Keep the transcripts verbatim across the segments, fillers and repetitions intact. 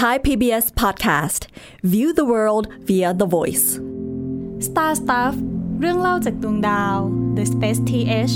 Thai พี บี เอส Podcast View the world via the voice Star Stuff เรื่องเล่าจากดวงดาว The Space ที เอช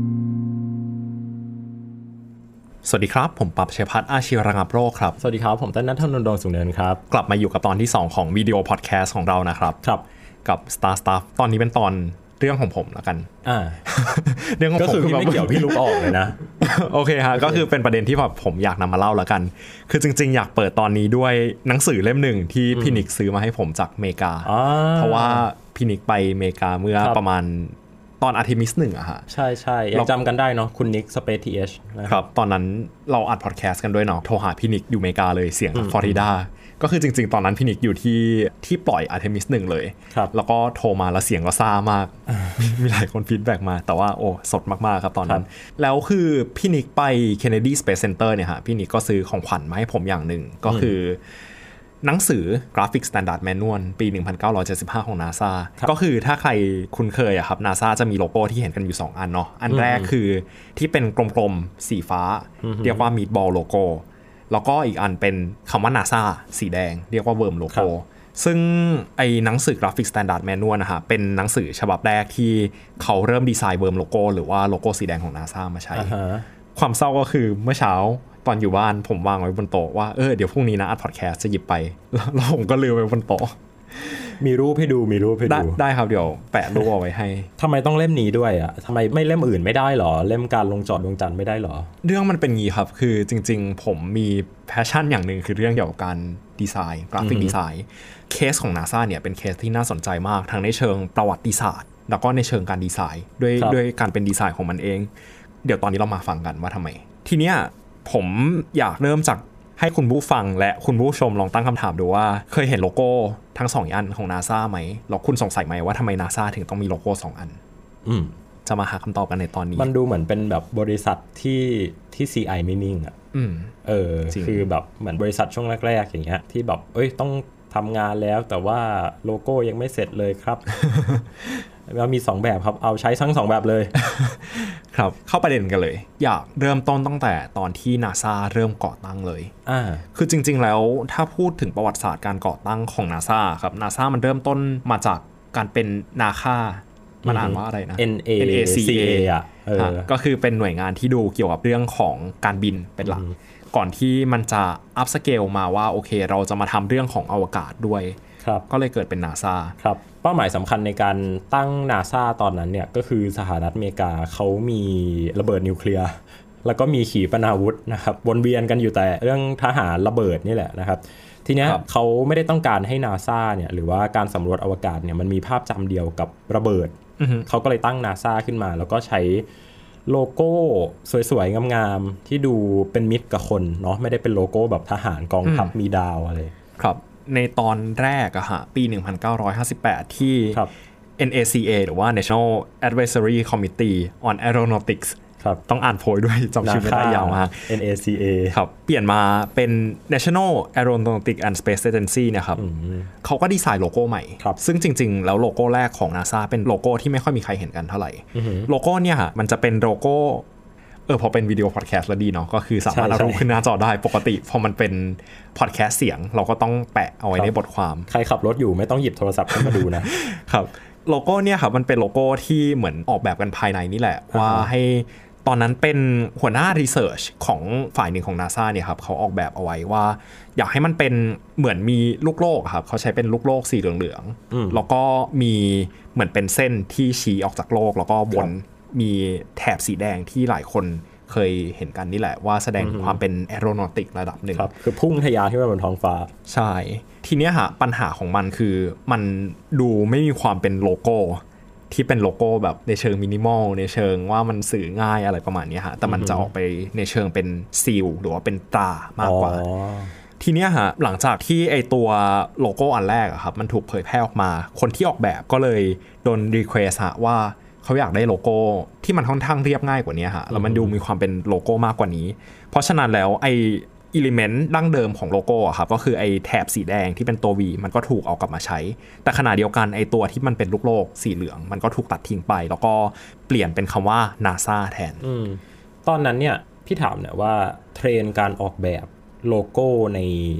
สวัสดีครับผมปั๊บชัยพัฒน์อาชีวระงับโรคครับสวัสดีครับผมต้นณัฐนนท์ ดวงสูงเนินครับกลับมาอยู่กับตอนที่สองของวิดีโอพอดแคสต์ของเรานะครับครับกับ Star Stuff ตอนนี้เป็นตอนเรื่องของผมแล้วกันอ่าเรื่องของผมก็คือพี่ไม่เกี่ยวพี่ลุกออกเลยนะโอเคฮะก็คือเป็นประเด็นที่แบบผมอยากนำมาเล่าแล้วกันคือจริงๆอยากเปิดตอนนี้ด้วยหนังสือเล่มหนึ่งที่พี่นิกซื้อมาให้ผมจากอเมริกาเพราะว่าพี่นิกไปอเมริกาเมื่อประมาณตอน Artemis หนึ่งอะฮะใช่ๆยังจำกันได้เนาะคุณนิก Space ที เอชนะครับตอนนั้นเราอัดพอดแคสต์กันด้วยเนาะโทรหาพี่นิกอยู่อเมริกาเลยเสียงจากฟลอริดาก็คือจริงๆตอนนั้นพี่นิกอยู่ที่ที่ปล่อย Artemis หนึ่งเลยแล้วก็โทรมาแล้วเสียงก็ซ่ามาก มีหลายคนฟีดแบ็กมาแต่ว่าโอ้สดมากๆครับตอนนั้นแล้วคือพี่นิกไป Kennedy Space Center เนี่ยฮะพี่นิกก็ซื้อของขวัญมาให้ผมอย่างหนึ่งก็คือหนังสือ Graphic Standard Manual ปี หนึ่งพันเก้าร้อยเจ็ดสิบห้า ของ NASA ก็คือถ้าใครคุ้นเคยอะครับ NASA จะมีโลโก้ที่เห็นกันอยู่สองอันเนาะอันแรกคือที่เป็นกลมๆสีฟ้าเรียกว่า Meatball Logoแล้วก็อีกอันเป็นคำว่า NASA สีแดงเรียกว่า Worm Logo ซึ่งไอ้หนังสือ Graphic Standard Manual นะฮะเป็นหนังสือฉบับแรกที่เขาเริ่มดีไซน์ Worm Logo หรือว่าโลโก้สีแดงของ NASA มาใช้ uh-huh. ความเศร้าก็คือเมื่อเช้าตอนอยู่บ้านผมวางไว้บนโต๊ะว่าเออเดี๋ยวพรุ่งนี้นะอัดพอดแคสต์จะหยิบไปแล้วผมก็ลืมไว้บนโต๊ะมีรูปให้ดูมีรูปให้ดูได้ครับเดี๋ยวแปะรูปเอาไว้ให้ทำไมต้องเล่มนี้ด้วยอ่ะทำไมไม่เล่มอื่นไม่ได้หรอเล่มการลงจอดดวงจันทร์ไม่ได้หรอเรื่องมันเป็นงี้ครับคือจริงๆผมมีแพชชั่นอย่างหนึ่งคือเรื่องเกี่ยวกับการดีไซน์กราฟิกดีไซน์เคสของ NASA เนี่ยเป็นเคสที่น่าสนใจมากทั้งในเชิงประวัติศาสตร์แล้วก็ในเชิงการดีไซน์ด้วยด้วยการเป็นดีไซน์ของมันเองเดี๋ยวตอนนี้เรามาฟังกันว่าทำไมทีเนี้ยผมอยากเริ่มจากให้คุณผู้ฟังและคุณผู้ชมลองตั้งคำถามดูว่าเคยเห็นโลโก้ทั้งสองอันของ NASA ไหมแล้วคุณสงสัยไหมว่าทำไม NASA ถึงต้องมีโลโก้สองอันอืมจะมาหาคำตอบกันในตอนนี้มันดูเหมือนเป็นแบบบริษัทที่ที่ ซี ไอ ไม่นิ่งอ่ะเออคือแบบเหมือนบริษัทช่วงแรกๆอย่างเงี้ยที่แบบเอ้ยต้องทำงานแล้วแต่ว่าโลโก้ยังไม่เสร็จเลยครับ เรามีสองแบบครับเอาใช้ทั้งสองแบบเลยครับเข้าประเด็นกันเลยอยากเริ่มต้นตั้งแต่ตอนที่ NASA เริ่มก่อตั้งเลยอ่าคือจริงๆแล้วถ้าพูดถึงประวัติศาสตร์การก่อตั้งของ NASA ครับ NASA มันเริ่มต้นมาจากการเป็นนาคามันอ่านว่าอะไรนะ N A C A อ่ะเออก็คือเป็นหน่วยงานที่ดูเกี่ยวกับเรื่องของการบินเป็นหลักก่อนที่มันจะอัพสเกลมาว่าโอเคเราจะมาทำเรื่องของอวกาศด้วยก็เลยเกิดเป็น NASA ครับเป้าหมายสำคัญในการตั้ง NASA ตอนนั้นเนี่ยก็คือสหรัฐอเมริกาเขามีระเบิดนิวเคลียร์แล้วก็มีขีปนาวุธนะครับวนเวียนกันอยู่แต่เรื่องทหารระเบิดนี่แหละนะครับทีเนี้ยเขาไม่ได้ต้องการให้ NASA เนี่ยหรือว่าการสำรวจอวกาศเนี่ยมันมีภาพจำเดียวกับระเบิด เขาก็เลยตั้ง NASA ขึ้นมาแล้วก็ใช้โลโก้สวยๆงามๆที่ดูเป็นมิตรกับคนเนาะไม่ได้เป็นโลโก้แบบทหารกองทัพมีดาวอะไรครับในตอนแรกอะฮะปีหนึ่งพันเก้าร้อยห้าสิบแปดที่ เอ็น เอ ซี เอ หรือว่า National Advisory Committee on Aeronautics ต้องอ่านโพยด้วยจำชื่อไม่ได้ยาวมากเอ็น เอ ซี เอครับเปลี่ยนมาเป็น National Aeronautics and Space Agency เนี่ยครับเขาก็ดีไซน์โลโก้ใหม่ซึ่งจริงๆแล้วโลโก้แรกของ NASA เป็นโลโก้ที่ไม่ค่อยมีใครเห็นกันเท่าไหร่โลโก้เนี่ยมันจะเป็นโลโก้เออพอเป็นวิดีโอพอดแคสต์แล้วดีเนาะก็คือสามารถเอารูปขึ้นหน้าจอได้ปกติพอมันเป็นพอดแคสต์เสียงเราก็ต้องแปะเอาไว้ในบทความใครขับรถอยู่ไม่ต้องหยิบโทรศัพท์ขึ้นมาดูนะครับโลโก้เนี่ยครับมันเป็นโลโก้ที่เหมือนออกแบบกันภายในนี่แหละว่าให้ตอนนั้นเป็นหัวหน้ารีเสิร์ชของฝ่ายหนึ่งของ NASA เนี่ยครับเขาออกแบบเอาไว้ว่าอยากให้มันเป็นเหมือนมีลูกโลกครับเขาใช้เป็นลูกโลกสีเหลืองๆแล้วก็มีเหมือนเป็นเส้นที่ชี้ออกจากโลกแล้วก็บนมีแถบสีแดงที่หลายคนเคยเห็นกันนี่แหละว่าแสดงความเป็นแอโรนอติกระดับหนึ่งคือพุ่งทะยานขึ้นไปบนท้องฟ้าใช่ทีเนี้ยฮะปัญหาของมันคือมันดูไม่มีความเป็นโลโก้ที่เป็นโลโก้แบบในเชิงมินิมอลในเชิงว่ามันสื่อง่ายอะไรประมาณนี้ฮะแต่มันจะออกไปในเชิงเป็นซีลหรือว่าเป็นตรามากกว่าทีเนี้ยฮะหลังจากที่ไอตัวโลโก้อันแรกอะครับมันถูกเผยแพร่ออกมาคนที่ออกแบบก็เลยโดนรีเควสฮะว่าเขาอยากได้โลโก้ที่มันค่อนข้างเรียบง่ายกว่านี้ฮะแล้วมันดูมีความเป็นโลโก้มากกว่านี้เพราะฉะนั้นแล้วไออิเลเมนต์ดั้งเดิมของโลโก้อะครับก็คือไอแถบสีแดงที่เป็นตัว V มันก็ถูกเอากลับมาใช้แต่ขณะเดียวกันไอตัวที่มันเป็นลูกโลกสีเหลืองมันก็ถูกตัดทิ้งไปแล้วก็เปลี่ยนเป็นคำว่า NASA แทนตอนนั้นเนี่ยพี่ถามเนี่ยว่าเทรนด์การออกแบบโลโก้ใน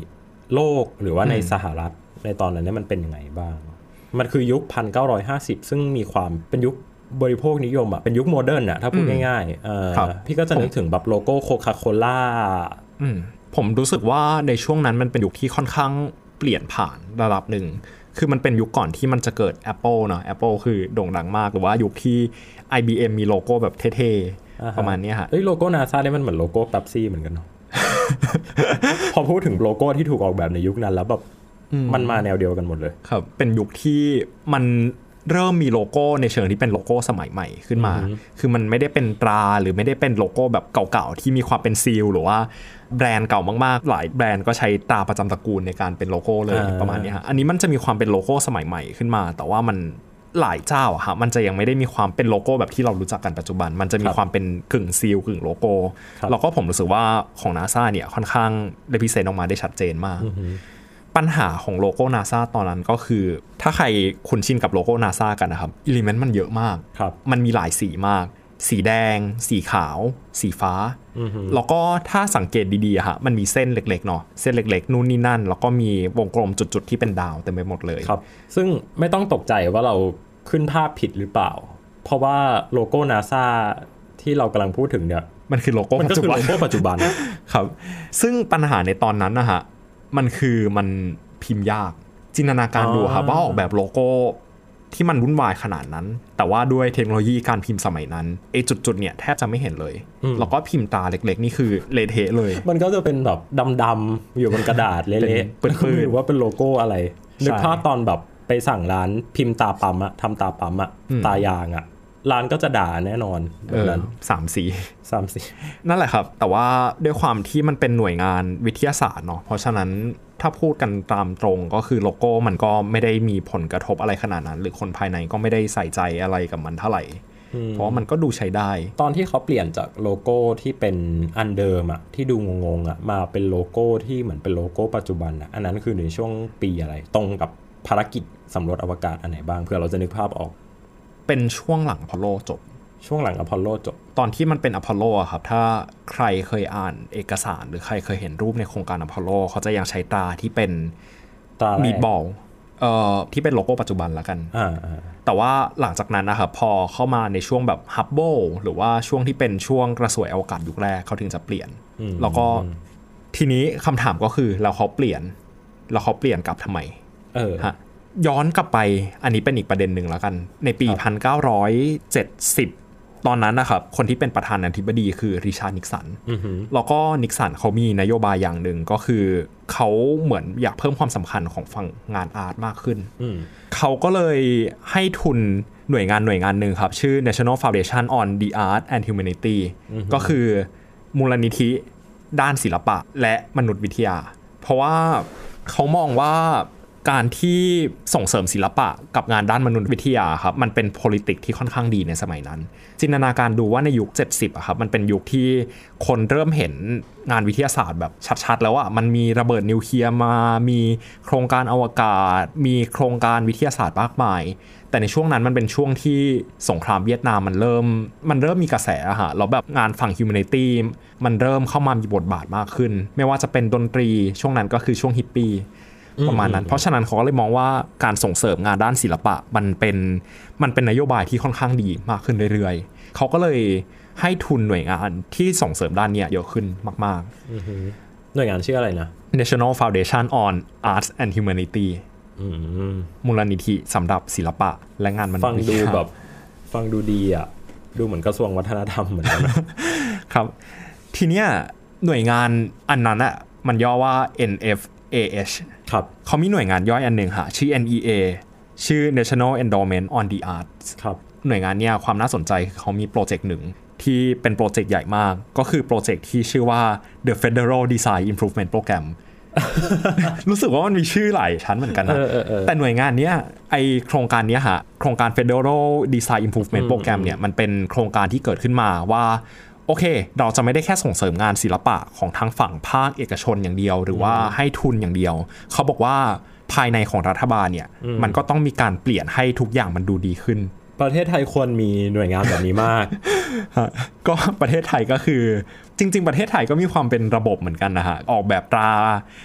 โลกหรือว่าในสหรัฐในตอนนั้นเนี่ยมันเป็นยังไงบ้างมันคือยุคหนึ่งพันเก้าร้อยห้าสิบซึ่งมีความเป็นยุคบริโภคนิยมอ่ะเป็นยุคโมเดิร์นอ่ะถ้าพูดง่ายๆเออพี่ก็จะนึกถึงแบบโลโก้โคคาโคล่าผมรู้สึกว่าในช่วงนั้นมันเป็นยุคที่ค่อนข้างเปลี่ยนผ่านระดับหนึ่งคือมันเป็นยุคก่อนที่มันจะเกิด Apple เนาะ Apple คือโด่งดังมากหรือว่ายุคที่ ไอ บี เอ็ม มีโลโก้แบบเท่ๆประมาณนี้ฮะเอ้ยโลโก้ NASA เนี่ยมันเหมือนโลโก้ Pepsi เหมือนกันเนาะ พอพูดถึงโลโก้ที่ถูกออกแบบในยุคนั้นแล้วแบบมันมาแนวเดียวกันหมดเลยครับเป็นยุคที่มันเริ่มมีโลโก้ในเชิงที่เป็นโลโก้สมัยใหม่ขึ้นมาคือมันไม่ได้เป็นตราหรือไม่ได้เป็นโลโก้แบบเก่าๆที่มีความเป็นซีลหรือว่าแบรนด์เก่ามากๆหลายแบรนด์ก็ใช้ตราประจำตระกูลในการเป็นโลโก้เลยประมาณนี้ฮะอันนี้มันจะมีความเป็นโลโก้สมัยใหม่ขึ้นมาแต่ว่ามันหลายเจ้าอะฮะมันจะยังไม่ได้มีความเป็นโลโก้แบบที่เรารู้จักกันปัจจุบันมันจะมีความเป็นกึ่งซีลกึ่งโลโก้แล้วก็ผมรู้สึกว่าของ NASA เนี่ยค่อนข้างเรพรีเซนต์ออกมาได้ชัดเจนมากปัญหาของโลโก้ NASA ตอนนั้นก็คือถ้าใครคุ้นชินกับโลโก้ NASA กันนะครับอิเลเมนต์มันเยอะมากมันมีหลายสีมากสีแดงสีขาวสีฟ้าแล้วก็ถ้าสังเกตดีๆอะฮะมันมีเส้นเล็กๆเนาะเส้นเล็กๆนู่นนี่นั่นแล้วก็มีวงกลมจุดๆที่เป็นดาวเต็มไปหมดเลยครับซึ่งไม่ต้องตกใจว่าเราขึ้นภาพผิดหรือเปล่าเพราะว่าโลโก้ NASA ที่เรากำลังพูดถึงเนี่ยมันคือโลโก้ปัจจุบันมันก็คือโลโก้ปัจจุบันครับซึ่งปัญหาในตอนนั้นนะฮะมันคือมันพิมพ์ยากจินตนาการดูครับว่าออกแบบโลโก้ที่มันวุ่นวายขนาดนั้นแต่ว่าด้วยเทคโนโลยีการพิมพ์สมัยนั้นไอ้จุดๆเนี่ยแทบจะไม่เห็นเลยแล้วก็พิมพ์ตาเล็กๆนี่คือเละเทะเลยมันก็จะเป็นแบบดำๆอยู่บนกระดาษเละๆปื้นๆว่าเป็นโลโก้อะไรนึกภาพตอนแบบไปสั่งร้านพิมพ์ตาปั๊มอะทำตาปั๊มอะตายางอะร้านก็จะด่าแน่นอนแบบนั้นสามสีสามสีนั่นแหละครับแต่ว่าด้วยความที่มันเป็นหน่วยงานวิทยาศาสตร์เนาะเพราะฉะนั้นถ้าพูดกันตามตรงก็คือโลโก้มันก็ไม่ได้มีผลกระทบอะไรขนาดนั้นหรือคนภายในก็ไม่ได้ใส่ใจอะไรกับมันเท่าไหร่เพราะมันก็ดูใช้ได้ตอนที่เขาเปลี่ยนจากโลโก้ที่เป็นอันเดิมอะที่ดูงงๆอะมาเป็นโลโก้ที่เหมือนเป็นโลโก้ปัจจุบันอะอันนั้นคือในช่วงปีอะไรตรงกับภารกิจสำรวจอวกาศอันไหนบ้างเพื่อเราจะนึกภาพออกเป็นช่วงหลังอพอลโลจบช่วงหลังอพอลโลจบตอนที่มันเป็นอพอลโลอะครับถ้าใครเคยอ่านเอกสารหรือใครเคยเห็นรูปในโครงการอพอลโลเขาจะยังใช้ตราที่เป็นตรามีดบอลเอ่อที่เป็นโลโก้ปัจจุบันแล้วกันอ่าแต่ว่าหลังจากนั้นนะครับพอเข้ามาในช่วงแบบฮับเบิลหรือว่าช่วงที่เป็นช่วงกระสวยอวกาศยุคแรกเขาถึงจะเปลี่ยนแล้วก็ทีนี้คำถามก็คือแล้วเขาเปลี่ยนแล้วเขาเปลี่ยนกลับทำไมเออฮะย้อนกลับไปอันนี้เป็นอีกประเด็นหนึ่งแล้วกันในปีหนึ่งพันเก้าร้อยเจ็ดสิบตอนนั้นนะครับคนที่เป็นประธานาธิบดีคือริชาร์ดนิกสันแล้วก็นิกสันเขามีนโยบายอย่างหนึ่งก็คือเขาเหมือนอยากเพิ่มความสำคัญของฝั่งงานอาร์ตมากขึ้นเขาก็เลยให้ทุนหน่วยงานหน่วยงานหนึ่งครับชื่อ National Foundation on the Arts and Humanity ก็คือมูลนิธิด้านศิลปะและมนุษยวิทยาเพราะว่าเขามองว่าการที่ส่งเสริมศิลปะกับงานด้านมนุษยวิทยาครับมันเป็น politics ที่ค่อนข้างดีในสมัยนั้นจินตนาการดูว่าในยุคเจ็ดสิบอะครับมันเป็นยุคที่คนเริ่มเห็นงานวิทยาศาสตร์แบบชัดๆแล้วอะมันมีระเบิดนิวเคลียร์มามีโครงการอวกาศมีโครงการวิทยาศาสตร์มากมายแต่ในช่วงนั้นมันเป็นช่วงที่สงครามเวียดนามมันเริ่มมันเริ่มมีกระแสอะฮะแล้วแบบงานฝั่ง humanity มันเริ่มเข้ามามีบทบาทมากขึ้นไม่ว่าจะเป็นดนตรีช่วงนั้นก็คือช่วงฮิปปี้ประมาณนั้นเพราะฉะนั้นเขาก็เลยมองว่าการส่งเสริมงานด้านศิลปะมันเป็นมันเป็นนโยบายที่ค่อนข้างดีมากขึ้นเรื่อยๆเขาก็เลยให้ทุนหน่วยงานที่ส่งเสริมด้านนี้เยอะขึ้นมากๆหน่วยงานชื่ออะไรนะ National Foundation on Arts and Humanity มูลนิธิสำหรับศิลปะและงานมนุษยวิทยาฟังดูแบบฟังดูดีอ่ะดูเหมือนกระทรวงวัฒนธรรมเหมือนกันครับทีเนี้ยหน่วยงานอันนั้นอ่ะมันย่อว่า เอ็น เอฟ เอ เอช ครับเขามีหน่วยงานย่อยอันหนึ่งค่ะชื่อ เอ็น อี เอ ชื่อ National Endowment on the Arts ครับหน่วยงานเนี้ยความน่าสนใจเขามีโปรเจกต์หนึ่งที่เป็นโปรเจกต์ใหญ่มากก็คือโปรเจกต์ที่ชื่อว่า The Federal Design Improvement Program รู้สึกว่ามันมีชื่อหลายชั้นเหมือนกันนะแต่หน่วยงานเนี้ยไอโครงการเนี้ยฮะโครงการ Federal Design Improvement Program เนี่ยมันเป็นโครงการที่เกิดขึ้นมาว่าโอเคเราจะไม่ได้แค่ส่งเสริมงานศิลปะของทางฝั่งภาคเอกชนอย่างเดียวหรือว่าให้ทุนอย่างเดียวเขาบอกว่าภายในของรัฐบาลเนี่ยมันก็ต้องมีการเปลี่ยนให้ทุกอย่างมันดูดีขึ้นประเทศไทยควรมีหน่วยงานแบบนี้มากก็ประเทศไทยก็คือจริงๆประเทศไทยก็มีความเป็นระบบเหมือนกันนะฮะออกแบบตราก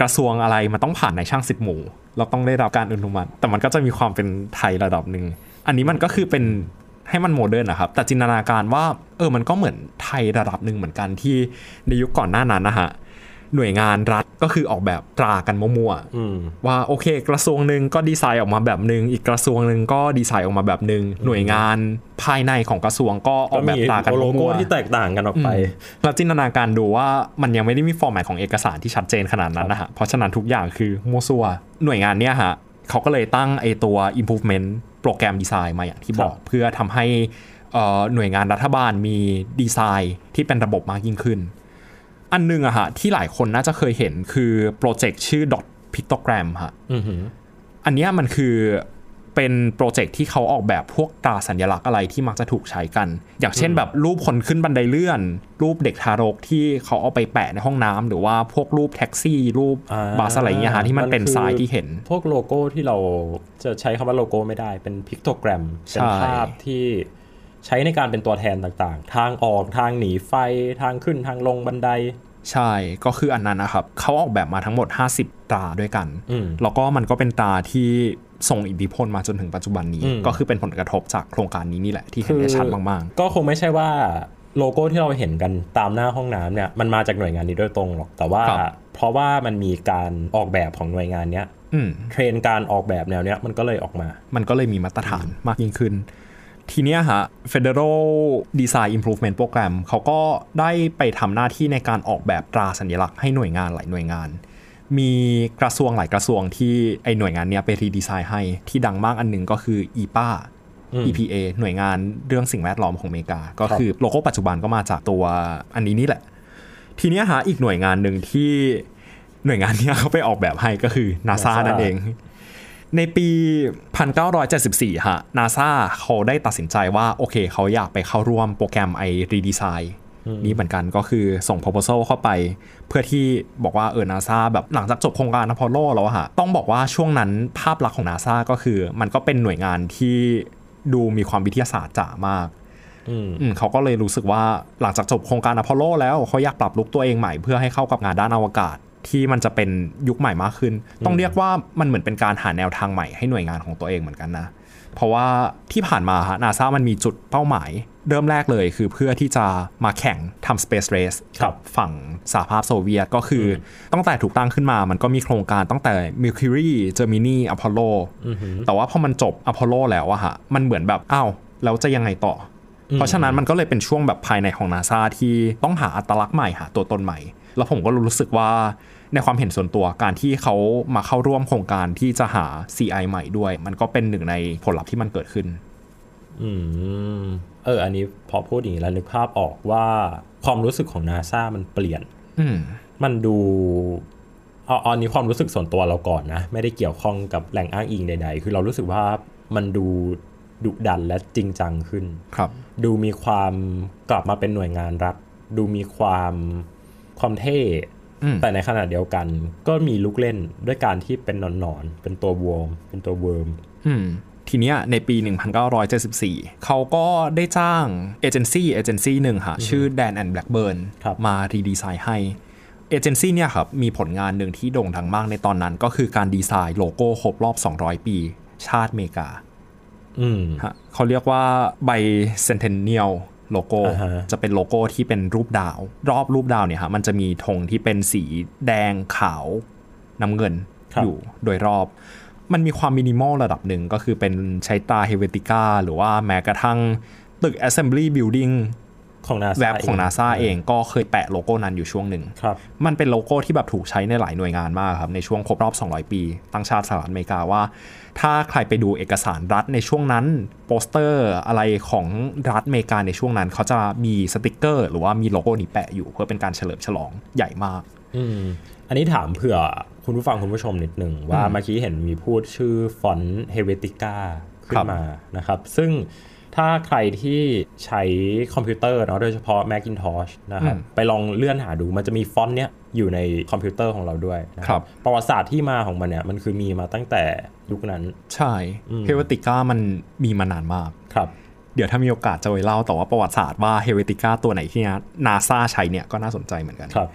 กระทรวงอะไรมันต้องผ่านในช่างสิบหมู่เราต้องได้รับการอนุมัติแต่มันก็จะมีความเป็นไทยระดับนึงอันนี้มันก็คือเป็นให้มันโมเดิร์นนะครับแต่จินตนาการว่าเออมันก็เหมือนไทยระดับนึงเหมือนกันที่ในยุคก่อนหน้านั้นนะฮะหน่วยงานรัฐก็คือออกแบบตรากันมั่วๆว่าโอเคกระทรวงนึงก็ดีไซน์ออกมาแบบนึงอีกกระทรวงนึงก็ดีไซน์ออกมาแบบนึงหน่วยงานภายในของกระทรวงก็ออกแบบตรากันมั่วๆโลโก้ที่แตกต่างกันออกไปแล้วจินตนาการดูว่ามันยังไม่ได้มีฟอร์แมตของเอกสารที่ชัดเจนขนาดนั้นนะฮะเพราะฉะนั้นทุกอย่างคือมั่วซั่วหน่วยงานเนี้ยฮะเขาก็เลยตั้งไอตัว improvement โปรแกรมดีไซน์มาอย่างที่บอกเพื่อทำให้หน่วยงานรัฐบาลมีดีไซน์ที่เป็นระบบมากยิ่งขึ้นอันนึงอะฮะที่หลายคนน่าจะเคยเห็นคือโปรเจกต์ชื่อ dot pictogram ฮะ อันนี้มันคือเป็นโปรเจกต์ที่เขาออกแบบพวกตราสัญลักษณ์อะไรที่มักจะถูกใช้กันอย่างเช่นแบบรูปคนขึ้นบันไดเลื่อนรูปเด็กทารกที่เขาเอาไปแปะในห้องน้ำหรือว่าพวกรูปแท็กซี่รูปบัสอะไรอย่างเงี้ยฮะที่มันเป็นทรายที่เห็นพวกโลโก้ที่เราจะใช้คำว่าโลโก้ไม่ได้เป็นพิกโตแกรมเป็นภาพที่ใช้ในการเป็นตัวแทนต่างๆทางออกทางหนีไฟทางขึ้นทางลงบันไดใช่ก็คืออันนั้นนะครับเขาออกแบบมาทั้งหมดห้าสิบตราด้วยกันแล้วก็มันก็เป็นตราที่ส่งอิทธิพลมาจนถึงปัจจุบันนี้ก็คือเป็นผลกระทบจากโครงการนี้นี่แหละที่เห็นได้ชัดมากๆก็คงไม่ใช่ว่าโลโก้ที่เราเห็นกันตามหน้าห้องน้ำเนี่ยมันมาจากหน่วยงานนี้โดยตรงหรอกแต่ว่าเพราะว่ามันมีการออกแบบของหน่วยงานเนี้ยเทรนการออกแบบแนวเนี้ยมันก็เลยออกมามันก็เลยมีมาตรฐานมากยิ่งขึ้นทีเนี้ยฮะ Federal Design Improvement Program เขาก็ได้ไปทำหน้าที่ในการออกแบบตราสัญลักษณ์ให้หน่วยงานหลายหน่วยงานมีกระทรวงหลายกระทรวงที่ไอหน่วยงานเนี้ยไปรีดีไซน์ให้ที่ดังมากอันนึงก็คือ อี พี เอ อี พี เอ หน่วยงานเรื่องสิ่งแวดล้อมของอเมริกาก็คือโลโก้ปัจจุบันก็มาจากตัวอันนี้นี่แหละทีเนี้ยฮะอีกหน่วยงานนึงที่หน่วยงานเนี้ยเขาไปออกแบบให้ก็คือ NASA นั่นเองในปีหนึ่งพันเก้าร้อยเจ็ดสิบสี่ฮะ NASA เขาได้ตัดสินใจว่าโอเคเขาอยากไปเข้าร่วมโปรแกรมไอรีดีไซน์นี้เหมือนกันก็คือส่ง proposal เข้าไปเพื่อที่บอกว่าเออ NASA แบบหลังจากจบโครงการอพอลโลแล้วฮะต้องบอกว่าช่วงนั้นภาพลักษณ์ของ NASA ก็คือมันก็เป็นหน่วยงานที่ดูมีความวิทยาศาสตร์จ๋ามากอืมเขาก็เลยรู้สึกว่าหลังจากจบโครงการอพอลโลแล้วเขาอยากปรับลุคตัวเองใหม่เพื่อให้เข้ากับงานด้านอวกาศที่มันจะเป็นยุคใหม่มากขึ้นต้องเรียกว่ามันเหมือนเป็นการหาแนวทางใหม่ให้หน่วยงานของตัวเองเหมือนกันนะเพราะว่าที่ผ่านมาฮะ NASA มันมีจุดเป้าหมายเริ่มแรกเลยคือเพื่อที่จะมาแข่งทำ Space Race กับฝั่งสหภาพโซเวียตก็คือตั้งแต่ถูกตั้งขึ้นมามันก็มีโครงการตั้งแต่ Mercury Gemini Apollo แต่ว่าพอมันจบ Apollo แล้วอะฮะมันเหมือนแบบอ้าวแล้วจะยังไงต่อเพราะฉะนั้นมันก็เลยเป็นช่วงแบบภายในของ NASA ที่ต้องหาอัตลักษณ์ใหม่หาตัวตนใหม่แล้วผมก็รู้สึกว่าในความเห็นส่วนตัวการที่เขามาเข้าร่วมโครงการที่จะหา ซี ไอ ใหม่ด้วยมันก็เป็นหนึ่งในผลลัพธ์ที่มันเกิดขึ้นอืมเอออันนี้พอพูดอย่างนี้แล้วนึกภาพออกว่าความรู้สึกของ NASA มันเปลี่ยนอืมมันดูเอาอันนี้ความรู้สึกส่วนตัวเราก่อนนะไม่ได้เกี่ยวข้องกับแหล่งอ้างอิงใดๆคือเรารู้สึกว่ามันดูดุดันและจริงจังขึ้นครับดูมีความกลับมาเป็นหน่วยงานรัฐดูมีความความเท่แต่ในขณะเดียวกันก็มีลูกเล่นด้วยการที่เป็นหนอนๆเป็นตัววอร์มเป็นตัวเวิร์มทีเนี้ยในปีหนึ่งพันเก้าร้อยเจ็ดสิบสี่เขาก็ได้จ้างเอเจนซี่เอเจนซี่หนึ่งค่ะชื่อ Dan and Blackburn มารีดีไซน์ให้เอเจนซี่เนี่ยครับมีผลงานหนึ่งที่โด่งดังมากในตอนนั้นก็คือการดีไซน์โลโก้ครบรอบสองร้อยปีชาติอเมริกาฮะเขาเรียกว่า Bicentennialโลโก้ uh-huh. จะเป็นโลโก้ที่เป็นรูปดาวรอบรูปดาวเนี่ยฮะมันจะมีธงที่เป็นสีแดงขาวน้ำเงินอยู่โดยรอบมันมีความมินิมอลระดับหนึ่งก็คือเป็นใช้ตราเฮเวติก้าหรือว่าแม้กระทั่งตึก Assembly Building ของ NASA แวบของ NASA เองก็เคยแปะโลโก้นั้นอยู่ช่วงหนึ่งมันเป็นโลโก้ที่แบบถูกใช้ในหลายหน่วยงานมากครับในช่วงครบรอบสองร้อยปีตั้งชาติสหรัฐอเมริกาว่าถ้าใครไปดูเอกสารรัฐในช่วงนั้นโปสเตอร์อะไรของรัฐอเมริกาในช่วงนั้นเขาจะมีสติกเกอร์หรือว่ามีโลโก้นี้แปะอยู่เพื่อเป็นการเฉลิมฉลองใหญ่มากอืมอันนี้ถามเผื่อคุณผู้ฟังคุณผู้ชมนิดนึงว่าเมื่อกี้เห็นมีพูดชื่อฟอนต์เฮเวติก้าขึ้นมานะครับซึ่งถ้าใครที่ใช้คอมพิวเตอร์เนาะโดยเฉพาะ Macintosh นะครับไปลองเลื่อนหาดูมันจะมีฟอนต์เนี้ยอยู่ในคอมพิวเตอร์ของเราด้วยนะครับประวัติศาสตร์ที่มาของมันเนี่ยมันคือมีมาตั้งแต่ยุคนั้นใช่เฮเวติก้ามันมีมานานมากครับเดี๋ยวถ้ามีโอกาสจะไปเล่าแต่ว่าประวัติศาสตร์ว่าเฮเวติก้าตัวไหนที่ NASA ใช้เนี่ยก็น่าสนใจเหมือนกันครับ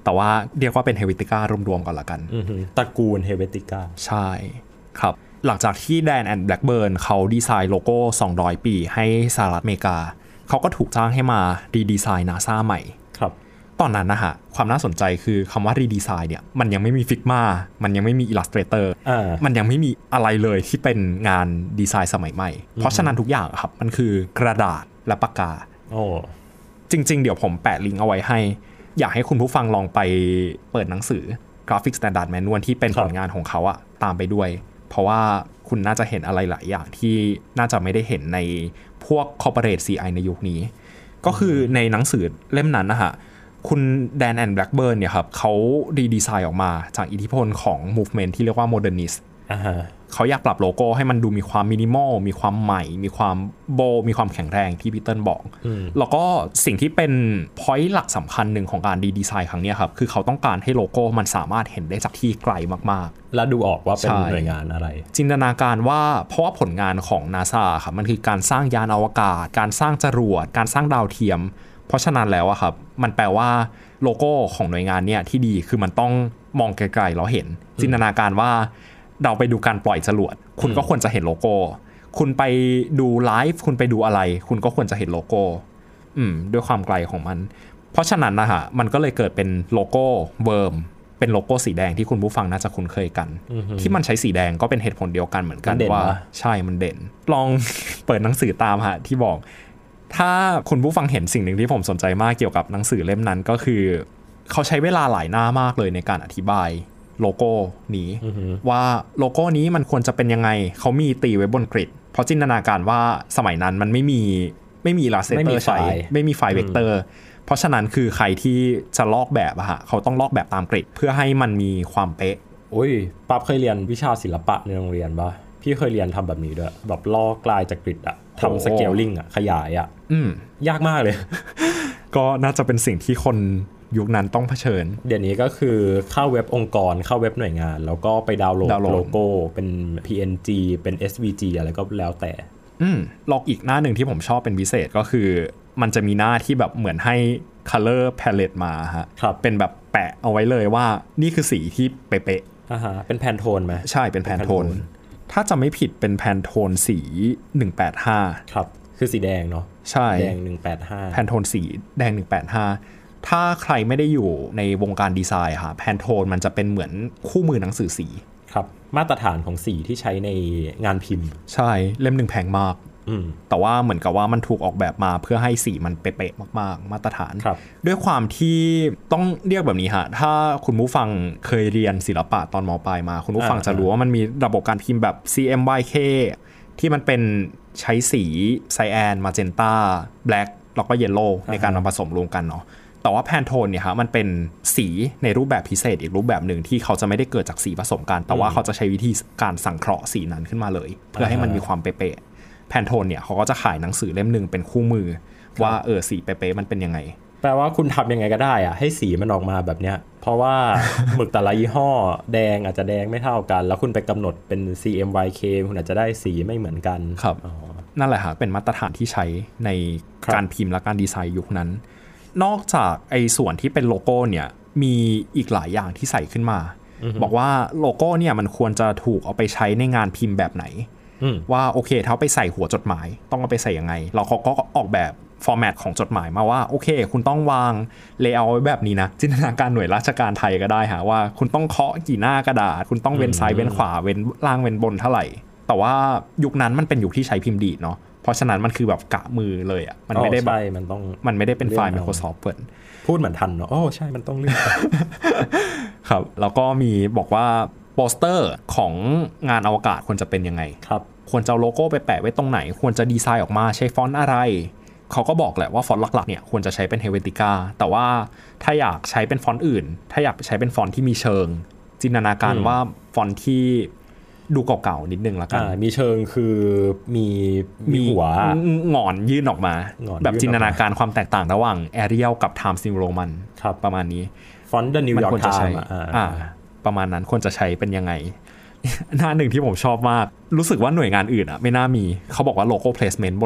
แต่ว่าเรียกว่าเป็นเฮเวติก้ารวมๆก่อนละกันตระกูลเฮเวติก้าใช่ครับหลังจากที่แดนแอนด์แบล็กเบิร์นเขาดีไซน์โลโก้สองร้อยปีให้สหรัฐอเมริกาเขาก็ถูกจ้างให้มารีดีไซน์ NASA ใหม่ครับตอนนั้นนะฮะความน่าสนใจคือคำว่ารีดีไซน์เนี่ยมันยังไม่มี Figma มันยังไม่มี Illustrator มันยังไม่มีอะไรเลยที่เป็นงานดีไซน์สมัยใหม่เพราะฉะนั้นทุกอย่างครับมันคือกระดาษและปากกาโอ้จริงๆเดี๋ยวผมแปะลิงก์เอาไว้ให้อยากให้คุณผู้ฟังลองไปเปิดหนังสือ Graphic Standard Manual ที่เป็นผลงานของเขาอะตามไปด้วยเพราะว่าคุณน่าจะเห็นอะไรหลายอย่างที่น่าจะไม่ได้เห็นในพวก Corporate ซี ไอ ในยุคนี้ก็คือในหนังสือเล่มนั้นนะฮะคุณแดนแอนด์แบล็กเบิร์นเนี่ยครับเขารีดีไซน์ออกมาจากอิทธิพลของ movement ที่เรียกว่า modernist เขาอยากปรับโลโก้ให้มันดูมีความมินิมอลมีความใหม่มีความโบมีความแข็งแรงที่พีเตอร์บอกแล้วก็สิ่งที่เป็น point หลักสำคัญหนึ่งของการรีดีไซน์ครั้งนี้ครับคือเขาต้องการให้โลโก้มันสามารถเห็นได้จากที่ไกลมากๆและดูออกว่าเป็นหน่วยงานอะไรจินตนาการว่าเพราะว่าผลงานของ NASA ครับมันคือการสร้างยานอวกาศการสร้างจรวดการสร้างดาวเทียมเพราะฉะนั้นแล้วอะครับมันแปลว่าโลโก้ของหน่วยงานเนี่ยที่ดีคือมันต้องมองไกลๆแล้วเห็นจินตนาการว่าเราไปดูการปล่อยจรวดคุณก็ควรจะเห็นโลโก้คุณไปดูไลฟ์คุณไปดูอะไรคุณก็ควรจะเห็นโลโก้อืมด้วยความไกลของมันเพราะฉะนั้นนะฮะมันก็เลยเกิดเป็นโลโก้เวิร์มเป็นโลโก้สีแดงที่คุณผู้ฟังน่าจะคุ้นเคยกันที่มันใช้สีแดงก็เป็นเหตุผลเดียวกันเหมือนกันว่าใช่มันเด่นลองเปิดหนังสือตามฮะที่บอกถ้าคุณผู้ฟังเห็นสิ่งหนึ่งที่ผมสนใจมากเกี่ยวกับหนังสือเล่มนั้นก็คือเขาใช้เวลาหลายหน้ามากเลยในการอธิบายโลโก้นี้ uh-huh. ว่าโลโก้นี้มันควรจะเป็นยังไงเขามีตีไว้บนกริดเพราะจินตนาการว่าสมัยนั้นมันไม่มีไม่มี Illustrator ใช้ไม่มีไฟล์เวกเตอร์เพราะฉะนั้นคือใครที่จะลอกแบบอะฮะเขาต้องลอกแบบตามกริดเพื่อให้มันมีความเป๊ะโอ้ยปั๊บเคยเรียนวิชาศิลปะในโรงเรียนป่ะพี่เคยเรียนทำแบบนี้ด้วยแบบลอกลายจากกริดอะทำสเกลลิ่งอะขยายอะยากมากเลยก็น่าจะเป็นสิ่งที่คนยุคนั้นต้องเผชิญเดี๋ยวนี้ก็คือเข้าเว็บองค์กรเข้าเว็บหน่วยงานแล้วก็ไปดาวน์โหลดโลโก้เป็น พี เอ็น จี เป็น เอส วี จี อะไรก็แล้วแต่อืมลอกอีกหน้าหนึ่งที่ผมชอบเป็นพิเศษก็คือมันจะมีหน้าที่แบบเหมือนให้ color palette มาฮะเป็นแบบแปะเอาไว้เลยว่านี่คือสีที่เป๊ะๆอ่าฮะเป็นแพนโทนไหมใช่เป็นแพนโทนถ้าจะไม่ผิดเป็นแพนโทนสีหนึ่งแปดห้าครับคือสีแดงเนาะใช่แดงหนึ่งแปดห้าแพนโทนสีแดงหนึ่งแปดห้าถ้าใครไม่ได้อยู่ในวงการดีไซน์ค่ะแพนโทนมันจะเป็นเหมือนคู่มือหนังสือสีครับมาตรฐานของสีที่ใช้ในงานพิมพ์ใช่เล่มหนึ่งแพงมากแต่ว่าเหมือนกับว่ามันถูกออกแบบมาเพื่อให้สีมันเป๊ะๆมากๆมาตรฐานด้วยความที่ต้องเรียกแบบนี้ฮะถ้าคุณผู้ฟังเคยเรียนศิลปะตอนม.ปลายมาคุณผู้ฟังจะรู้ว่ามันมีระบบการพิมพ์แบบ ซี เอ็ม วาย เค ที่มันเป็นใช้สีไซแอนมาเจนต้าแบล็คแล้วก็เยลโล่ในการมาผสมรวมกันเนาะแต่ว่าแพนโทนเนี่ยฮะมันเป็นสีในรูปแบบพิเศษอีกรูปแบบหนึ่งที่เขาจะไม่ได้เกิดจากสีผสมกันแต่ว่าเขาจะใช้วิธีการสังเคราะห์สีนั้นขึ้นมาเลยเพื่อให้มันมีความเป๊ะๆแพนโทนเนี่ยเขาก็จะขายหนังสือเล่มนึงเป็นคู่มือว่าเออสีเป๊ะๆมันเป็นยังไงแปลว่าคุณทำยังไงก็ได้อะให้สีมันออกมาแบบเนี้ยเพราะว่า หมึกแต่ละยี่ห้อแดงอาจจะแดงไม่เท่ากันแล้วคุณไปกำหนดเป็น ซี เอ็ม วาย เค คุณอาจจะได้สีไม่เหมือนกันครับนั่นแหละฮะเป็นมาตรฐานที่ใช้ในการพิมพ์และการดีไซน์ยุคนั้นนอกจากไอ้ส่วนที่เป็นโลโก้เนี่ยมีอีกหลายอย่างที่ใส่ขึ้นมา uh-huh. บอกว่าโลโก้เนี่ยมันควรจะถูกเอาไปใช้ในงานพิมพ์แบบไหน uh-huh. ว่าโอเคถ้าไปใส่หัวจดหมายต้องเอาไปใส่ยังไงเราเขาก็ออกแบบฟอร์แมตของจดหมายมาว่าโอเคคุณต้องวางเลเยอร์ไว้แบบนี้นะจินตนาการหน่วยราชการไทยก็ได้ฮะว่าคุณต้องเคาะกี่หน้ากระดาษคุณต้องเว้นซ้ายเว้นขวาเว้นล่างเว้นบนเท่าไหร่แต่ว่ายุคนั้นมันเป็นยุคที่ใช้พิมพ์ดีดเนาะเพราะฉะนั้นมันคือแบบกะมือเลยอ่ะมันไม่ได้แบบมันต้องมันไม่ได้เป็นไฟล์ Microsoft เปิดพูดเหมือนทันเนาะโอ้ใช่มันต้องเลือกครับแล้วก็มีบอกว่าโปสเตอร์ของงานอวกาศควรจะเป็นยังไงครับควรจะเอาโลโก้ไปแปะไว้ตรงไหนควรจะดีไซน์ออกมาใช้ฟอนต์อะไรเขาก็บอกแหละว่าฟอนต์หลักๆเนี่ยควรจะใช้เป็น Helvetica แต่ว่าถ้าอยากใช้เป็นฟอนต์อื่นถ้าอยากใช้เป็นฟอนต์ที่มีเชิงจินตนาการว่าฟอนต์ที่ดูเก่าๆนิดนึงละกันมีเชิงคือมีมีหัวหงอนยื่นออกมาแบบจินตนาการความแตกต่างระหว่าง Arial กับ Times New Roman ประมาณนี้ฟอนต์ The New York Times อ่าประมาณนั้นควรจะใช้เป็นยังไงหน้าหนึ่งที่ผมชอบมากรู้สึกว่าหน่วยงานอื่นอ่ะไม่น่ามีเขาบอกว่า logo placement บน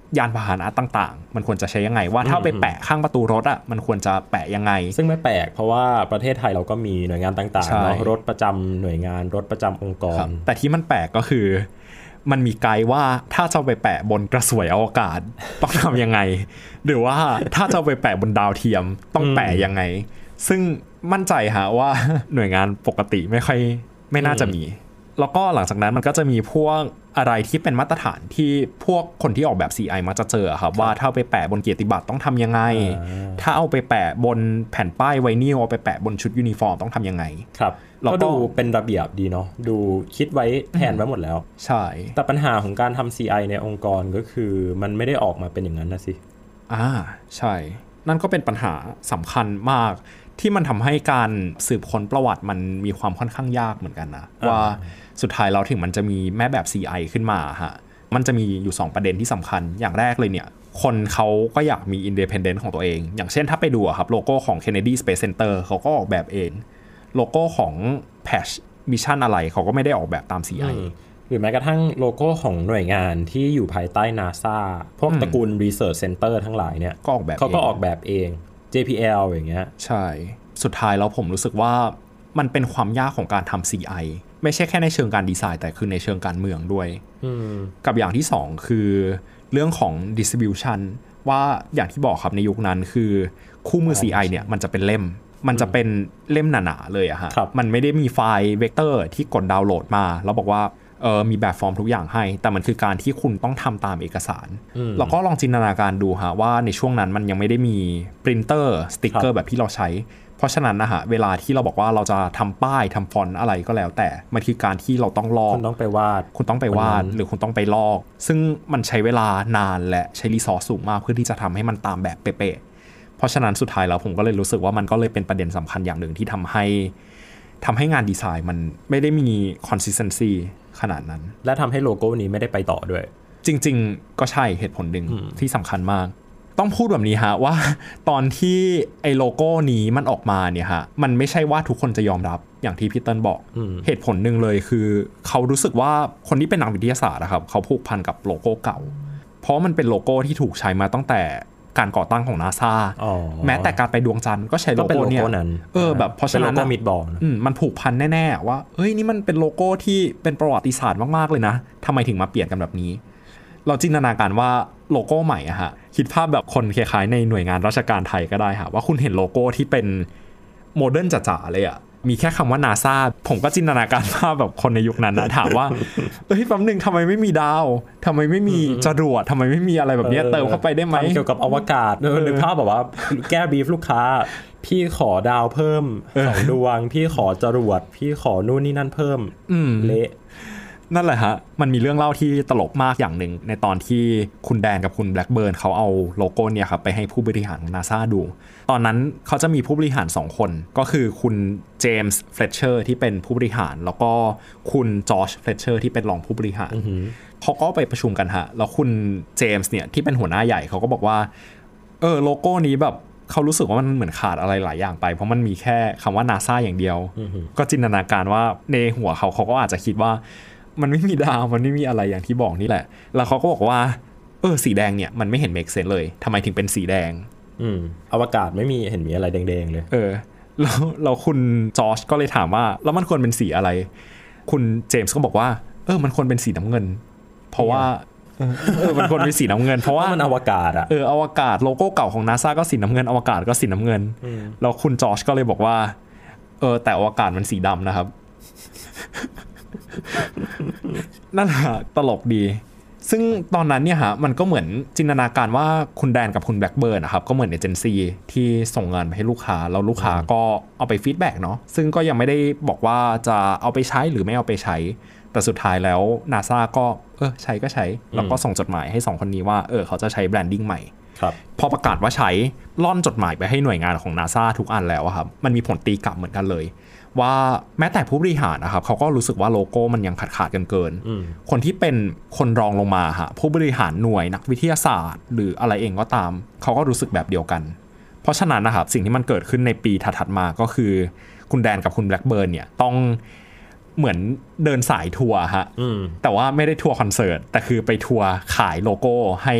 ยานพาหนะต่างๆมันควรจะใช้ยังไงว่าถ้าไปแปะข้างประตูรถอ่ะมันควรจะแปะยังไงซึ่งไม่แปลกเพราะว่าประเทศไทยเราก็มีหน่วยงานต่างๆเนาะรถประจำหน่วยงานรถประจำองค์กรแต่ที่มันแปลกก็คือมันมีไกด์ว่าถ้าจะไปแปะบนกระสวยอวกาศต้องทำยังไงหรือว่าถ้าจะไปแปะบนดาวเทียมต้องแปะยังไงซึ่งมั่นใจฮะว่าหน่วยงานปกติไม่ค่อยไม่น่าจะมีแล้วก็หลังจากนั้นมันก็จะมีพวกอะไรที่เป็นมาตรฐานที่พวกคนที่ออกแบบ ซี ไอ มักจะเจอครับว่าถ้าเอาไปแปะบนเกียรติบัตรต้องทำยังไงถ้าเอาไปแปะบนแผ่นป้ายไวนิลเอาไปแปะบนชุดยูนิฟอร์มต้องทำยังไงครับก็ดูเป็นระเบียบดีเนาะดูคิดไว้แทนไว้หมดแล้วใช่แต่ปัญหาของการทำ ซี ไอ ในองค์กรก็คือมันไม่ได้ออกมาเป็นอย่างนั้นนะสิอ่าใช่นั่นก็เป็นปัญหาสำคัญมากที่มันทำให้การสืบค้นประวัติมันมีความค่อนข้างยากเหมือนกันนะว่าสุดท้ายเราถึงมันจะมีแม่แบบ ซี ไอ ขึ้นมาฮะมันจะมีอยู่สองประเด็นที่สำคัญอย่างแรกเลยเนี่ยคนเขาก็อยากมี independent ของตัวเองอย่างเช่นถ้าไปดูครับโลโก้ของ Kennedy Space Center เขาก็ออกแบบเองโลโก้ของ Patch Mission อะไรเขาก็ไม่ได้ออกแบบตาม ซี ไอหรือแม้กระทั่งโลโก้ของหน่วยงานที่อยู่ภายใต้ NASA พวกตระกูล Research Center ทั้งหลายเนี่ยก็ออกแบบเขาก็ออกแบบเอง เจ พี แอล อย่างเงี้ยใช่สุดท้ายแล้วผมรู้สึกว่ามันเป็นความยากของการทำ ซี ไอ ไม่ใช่แค่ในเชิงการดีไซน์แต่คือในเชิงการเมืองด้วยกับอย่างที่สองคือเรื่องของ distribution ว่าอย่างที่บอกครับในยุคนั้นคือคู่มือ ซี ไอ เนี่ยมันจะเป็นเล่มมันจะเป็นเล่มหนาๆเลยอะฮะมันไม่ได้มีไฟล์เวกเตอร์ที่กดดาวน์โหลดมาแล้วบอกว่าเออมีแบบฟอร์มทุกอย่างให้แต่มันคือการที่คุณต้องทำตามเอกสารแล้วก็ลองจินตนาการดูฮะว่าในช่วงนั้นมันยังไม่ได้มีปรินเตอร์สติ๊กเกอร์แบบที่เราใช้เพราะฉะนั้นนะฮะเวลาที่เราบอกว่าเราจะทำป้ายทำฟอนต์อะไรก็แล้วแต่มันคือการที่เราต้องลอกคุณต้องไปวาดคุณต้องไปวาดหรือคุณต้องไปลอกซึ่งมันใช้เวลานานและใช้รีซอสสูงมากเพื่อที่จะทำให้มันตามแบบเป๊ะๆเพราะฉะนั้นสุดท้ายแล้วผมก็เลยรู้สึกว่ามันก็เลยเป็นประเด็นสำคัญอย่างหนึ่งที่ทำให้ทำให้งานดีไซน์มันไม่ได้มี consistency ขนาดนั้นและทำให้โลโก้นี้ไม่ได้ไปต่อด้วยจริงๆก็ใช่เหตุผลหนึ่งที่สำคัญมากต้องพูดแบบนี้ฮะว่าตอนที่ไอ้โลโก้นี้มันออกมาเนี่ยฮะมันไม่ใช่ว่าทุกคนจะยอมรับอย่างที่พี่เติ้ลบอกเหตุผลหนึ่งเลยคือเขารู้สึกว่าคนที่เป็นนักวิทยาศาสตร์นะครับเขาผูกพันกับโลโก้เก่าเพราะมันเป็นโลโก้ที่ถูกใช้มาตั้งแต่การก่อตั้งของ NASA แม้แต่การไปดวงจันทร์ก็ใช้โลโก้เนี่ยเออแบบเพราะฉะนั้นนะมันผูกพันแน่ๆว่าเฮ้ยนี่มันเป็นโลโก้ที่เป็นประวัติศาสตร์มากๆเลยนะทำไมถึงมาเปลี่ยนกันแบบนี้เราจินตนาการว่าโลโก้ใหม่อะฮะคิดภาพแบบคนคล้ายๆในหน่วยงานราชการไทยก็ได้ค่ะว่าคุณเห็นโลโก้ที่เป็นโมเดิร์นจ๋าๆเลยอะมีแค่คำว่า NASA ผมก็จินตนาการภาพแบบคนในยุคนั้นนะถามว่าเฮ้ยแป๊บนึงทำไมไม่มีดาวทำไมไม่มีจรวดทำไมไม่มีอะไรแบบนี้เติมเข้าไปได้ไหมเกี่ยวกับอวกาศนึกภาพแบบว่าแก้บีฟลูกค้าพี่ขอดาวเพิ่มสองดวงพี่ขอจรวดพี่ขอนู่นนี่นั่นเพิ่มเละนั่นแหละฮะมันมีเรื่องเล่าที่ตลกมากอย่างหนึ่งในตอนที่คุณแดนกับคุณแบล็คเบิร์นเขาเอาโลโก้เนี่ยครับไปให้ผู้บริหารของ NASA ดูตอนนั้นเขาจะมีผู้บริหารสองคนก็คือคุณเจมส์เฟลเชอร์ที่เป็นผู้บริหารแล้วก็คุณจอร์จเฟลเชอร์ที่เป็นรองผู้บริหารเขาก็ไปประชุมกันฮะแล้วคุณเจมส์เนี่ยที่เป็นหัวหน้าใหญ่เขาก็บอกว่าเออโลโก้นี้แบบเขารู้สึกว่ามันเหมือนขาดอะไรหลายอย่างไปเพราะมันมีแค่คำว่า NASA อย่างเดียวก็จินตนาการว่าในหัวเขาเขาก็อาจจะคิดว่ามันไม่มีดาวมันไม่มีอะไรอย่างที่บอกนี่แหละแล้วเขาก็บอกว่าเออสีแดงเนี่ยมันไม่เห็นเมคเซนส์เลยทำไมถึงเป็นสีแดงอืมอวกาศไม่มีเห็นมีอะไรแดงๆเลยเออแล้วเราคุณจอร์จก็เลยถามว่าแล้วมันควรเป็นสีอะไรคุณเจมส์ก็บอกว่าเออมันควรเป็นสีน้ำเงินเพราะว่าเออมันควรเป็นสีน้ำเงินเพราะว่ามันอวกาศอ่ะเอออวกาศโลโก้เก่าของ NASA ก็สีน้ำเงินอวกาศก็สีน้ำเงินแล้วคุณจอร์จก็เลยบอกว่าเออแต่อวกาศมันสีดำนะครับนั่นแหละตลกดีซึ่งตอนนั้นเนี่ยฮะมันก็เหมือนจินตนาการว่าคุณแดนกับคุณแบล็คเบิร์นนะครับก็เหมือนเอเจนซี่ที่ส่งงานไปให้ลูกค้าแล้วลูกค้าก็เอาไปฟีดแบ็กเนาะซึ่งก็ยังไม่ได้บอกว่าจะเอาไปใช้หรือไม่เอาไปใช้แต่สุดท้ายแล้ว NASA ก็เออใช้ก็ใช้แล้วก็ส่งจดหมายให้สองคนนี้ว่าเออเขาจะใช้แบรนดิ้งใหม่พอประกาศว่าใช้ล่อนจดหมายไปให้หน่วยงานของ NASA ทุกอันแล้วครับมันมีผลตีกลับเหมือนกันเลยว่าแม้แต่ผู้บริหารนะครับเขาก็รู้สึกว่าโลโก้มันยังขาดขาดกันเกินคนที่เป็นคนรองลงมาฮะผู้บริหารหน่วยนักวิทยาศาสตร์หรืออะไรเองก็ตามเขาก็รู้สึกแบบเดียวกันเพราะฉะนั้นนะครับสิ่งที่มันเกิดขึ้นในปีถัดๆมาก็คือคุณแดนกับคุณแบล็คเบิร์นเนี่ยต้องเหมือนเดินสายทัวร์ฮะแต่ว่าไม่ได้ทัวร์คอนเสิร์ตแต่คือไปทัวร์ขายโลโก้ให้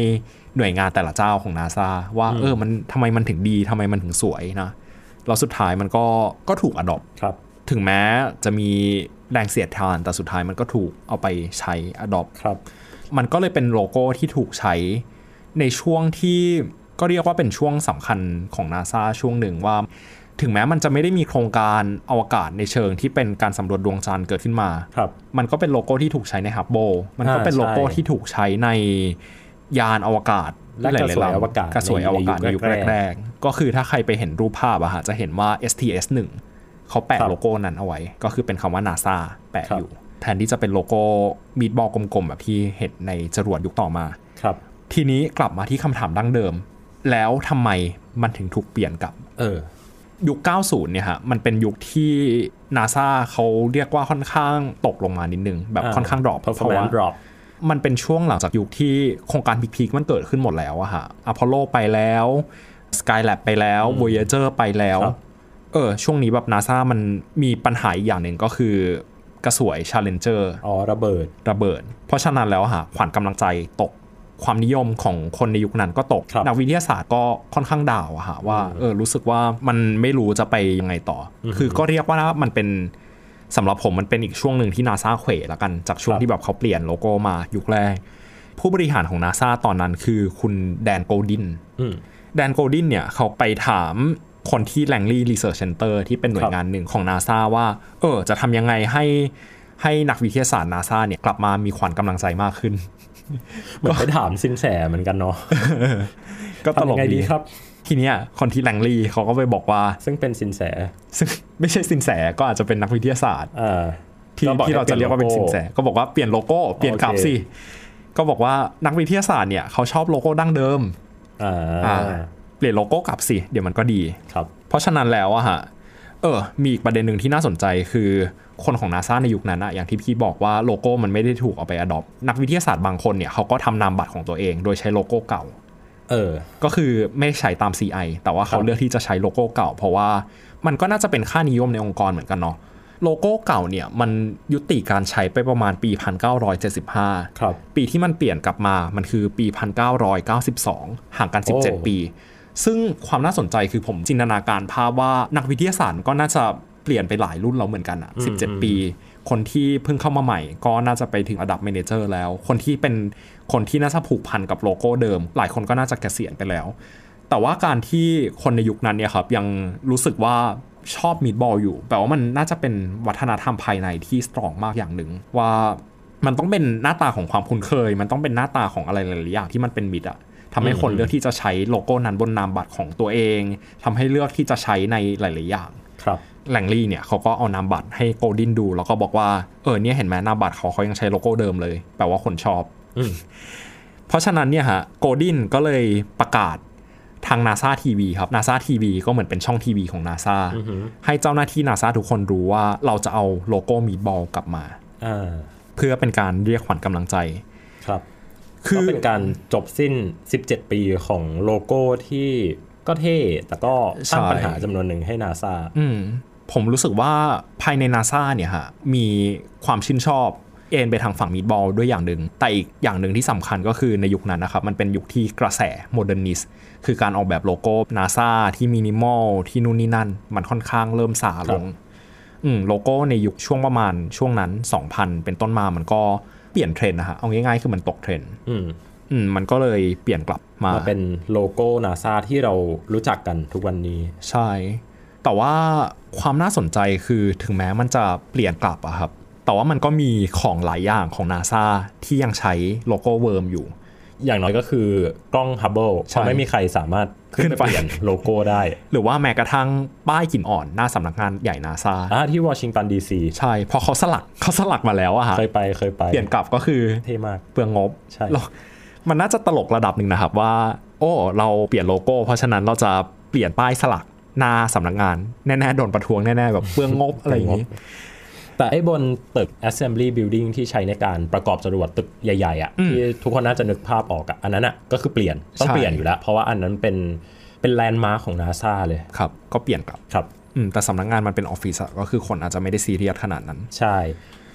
หน่วยงานแต่ละเจ้าของ NASA ว่าเออมันทำไมมันถึงดีทำไมมันถึงสวยนะแล้วสุดท้ายมันก็ก็ถูก adopt ครับถึงแม้จะมีแรงเสียดทานแต่สุดท้ายมันก็ถูกเอาไปใช้ adopt ครับมันก็เลยเป็นโลโก้ที่ถูกใช้ในช่วงที่ก็เรียกว่าเป็นช่วงสำคัญของ NASA ช่วงหนึ่งว่าถึงแม้มันจะไม่ได้มีโครงการอวกาศในเชิงที่เป็นการสำรวจดวงจันทร์เกิดขึ้นมาครับมันก็เป็นโลโก้ที่ถูกใช้ในฮับเบิลมันก็เป็นโลโก้ที่ถูกใช้ในยานอวกาศและกระสวยอวกาศกระสวยอวกาศในยุคแรกๆก็คือถ้าใครไปเห็นรูปภาพอะฮะจะเห็นว่า เอส ที เอส หนึ่ง เขาแปะโลโก้นั้นเอาไว้ก็คือเป็นคำว่า NASA แปะอยู่แทนที่จะเป็นโลโก้มีดบอลกลมๆแบบที่เห็นในจรวดยุคต่อมาครับทีนี้กลับมาที่คำถามดั้งเดิมแล้วทำไมมันถึงถูกเปลี่ยนกลับเออยุคเก้าสิบเนี่ยฮะมันเป็นยุคที่ NASA เขาเรียกว่าค่อนข้างตกลงมานิดนึงแบบค่อนข้างดรอปเพราะว่ามันเป็นช่วงหลังจากยุคที่โครงการพีคๆมันเกิดขึ้นหมดแล้วอะฮะ Apollo ไปแล้ว Skylab ไปแล้ว Voyager ไปแล้วเออช่วงนี้แบบ NASA มันมีปัญหาอีกอย่างหนึ่งก็คือกระสวย Challenger อ๋อระเบิดระเบิดเพราะฉะนั้นแล้วฮะขวัญกำลังใจตกความนิยมของคนในยุคนั้นก็ตกนักวิทยาศาสตร์ก็ค่อนข้างด่าวอะฮะว่าเออรู้สึกว่ามันไม่รู้จะไปยังไงต่อคือก็เรียกว่ามันเป็นสำหรับผมมันเป็นอีกช่วงหนึ่งที่ NASA เขวละกันจากช่วงที่แบบเขาเปลี่ยนโลโก้มายุคแรกผู้บริหารของ NASA ตอนนั้นคือคุณแดนโกลดินแดนโกลดินเนี่ยเขาไปถามคนที่ Langley Research Center ที่เป็นหน่วยงานหนึ่งของ NASA ว่าเออจะทำยังไงให้ให้นักวิทยาศาสตร์ NASA เนี่ยกลับมามีขวัญกำลังใจมากขึ้นเหมือนไปถามสินแสเหมือนกันเนาะก็ตลกดีครับทีเนี้ยคนที่แลงลีเขาก็ไปบอกว่าซึ่งเป็นสินแสซึ่งไม่ใช่สินแสก็อาจจะเป็นนักวิทยาศาสตร์ที่ที่เราจะเรียกว่าเป็นสินแสก็บอกว่าเปลี่ยนโลโก้เปลี่ยนกลับสิก็บอกว่านักวิทยาศาสตร์เนี่ยเขาชอบโลโก้ดั้งเดิมอ่าเปลี่ยนโลโก้กลับสิเดี๋ยวมันก็ดีครับเพราะฉะนั้นแล้วอะฮะเออมีอีกประเด็นหนึ่งที่น่าสนใจคือคนของ NASA ในยุคนั้นอะอย่างที่พี่บอกว่าโลโก้มันไม่ได้ถูกเอาไป adopt นักวิทยาศาสตร์บางคนเนี่ยเขาก็ทำนามบัตรของตัวเองโดยใช้โลโก้เก่าเออก็คือไม่ใช้ตาม ซี ไอ แต่ว่าเขาเลือกที่จะใช้โลโก้เก่าเพราะว่ามันก็น่าจะเป็นค่านิยมในองค์กรเหมือนกันเนาะโลโก้เก่าเนี่ยมันยุติการใช้ไปประมาณปีหนึ่งพันเก้าร้อยเจ็ดสิบห้าครับปีที่มันเปลี่ยนกลับมามันคือปีหนึ่งพันเก้าร้อยเก้าสิบสองห่างกันสิบเจ็ดปีซึ่งความน่าสนใจคือผมจินตนาการภาพว่านักวิทยาศาสตร์ก็น่าจะเปลี่ยนไปหลายรุ่นแล้วเหมือนกันอ่ะสิบเจ็ดปีคนที่เพิ่งเข้ามาใหม่ก็น่าจะไปถึงระดับเมเนเจอร์แล้วคนที่เป็นคนที่น่าจะผูกพันกับโลโก้เดิมหลายคนก็น่าจะเกษียณไปแล้วแต่ว่าการที่คนในยุคนั้นเนี่ยครับยังรู้สึกว่าชอบมีดบอลอยู่แปลว่ามันน่าจะเป็นวัฒนธรรมภายในที่สตรองมากอย่างหนึ่งว่ามันต้องเป็นหน้าตาของความคุ้นเคยมันต้องเป็นหน้าตาของอะไรหลายๆอย่างที่มันเป็นมิตรอะทำให้คนเลือกที่จะใช้โลโก้นั้นบนนามบัตรของตัวเองทำให้เลือกที่จะใช้ในหลายๆอย่างครับแลงลี่เนี่ยเขาก็เอานามบัตรให้โกลดินดูแล้วก็บอกว่าเออเนี่ยเห็นไหมนามบัตรเขาเขายังใช้โลโก้เดิมเลยแปลว่าคนชอบเพราะฉะนั้นเนี่ยฮะโกลดินก็เลยประกาศทาง NASA ที วี ครับ NASA ที วี ก็เหมือนเป็นช่องทีวีของ NASA ให้เจ้าหน้าที่ NASA ทุกคนรู้ว่าเราจะเอาโลโก้มีดบอลกลับมาเพื่อเป็นการเรียกขวัญกำลังใจครับคือเป็นการจบสิ้นสิบเจ็ดปีของโลโก้ที่ก็เท่แต่ก็สร้างปัญหาจำนวนหนึ่งให้ NASA อืมผมรู้สึกว่าภายใน NASA เนี่ยฮะมีความชื่นชอบเอ็นไปทางฝั่งมีดบอลด้วยอย่างหนึ่งแต่อีกอย่างหนึ่งที่สำคัญก็คือในยุคนั้นนะครับมันเป็นยุคที่กระแสโมเดิร์นิสต์คือการออกแบบโลโก้ NASA ที่มินิมอลที่นู่นนี่นั่นมันค่อนข้างเริ่มซาลงอืมโลโก้ในยุคช่วงประมาณช่วงนั้นสองพันเป็นต้นมามันก็เปลี่ยนเทรนด์นะฮะเอาง่ายๆคือมันตกเทรนด์อืมอืมมันก็เลยเปลี่ยนกลับมามาเป็นโลโก้ NASA ที่เรารู้จักกันทุกวันนี้ใช่แต่ว่าความน่าสนใจคือถึงแม้มันจะเปลี่ยนกลับอะครับแต่ว่ามันก็มีของหลายอย่างของ NASA ที่ยังใช้โลโก้เวิร์มอยู่อย่างน้อยก็คือกล้อง Hubble เพราะไม่มีใครสามารถขึ้นไปเปลี่ยนโลโก้ได้หรือว่าแม้กระทั่งป้ายหินอ่อนหน้าสำนักงานใหญ่ NASA อ่าที่วอชิงตันดีซีใช่พอเขาสลักเขาสลักมาแล้วอะฮะเคยไปเคยไปเปลี่ยนกลับก็คือเท่มากเปลืองงบใช่มันน่าจะตลกระดับหนึ่งนะครับว่าโอ้เราเปลี่ยนโลโก้เพราะฉะนั้นเราจะเปลี่ยนป้ายสลักหน้าสำนักงานแน่ๆโดนประท้วงแน่ๆแบบเปลืองงบ อะไรอย่างนี้แต่ไอ้บนตึก assembly building ที่ใช้ในการประกอบจรวดตึกใหญ่ๆอ่ะที่ทุกคนน่าจะนึกภาพออกอ่ะอันนั้นอ่ะก็คือเปลี่ยนต้องเปลี่ยนอยู่แล้วเพราะว่าอันนั้นเป็นเป็นแลนด์มาร์คของ NASA เลยครับก็เปลี่ยนกลับครับแต่สำนักงานมันเป็นออฟฟิศก็คือคนอาจจะไม่ได้ซีเรียสขนาดนั้นใช่พ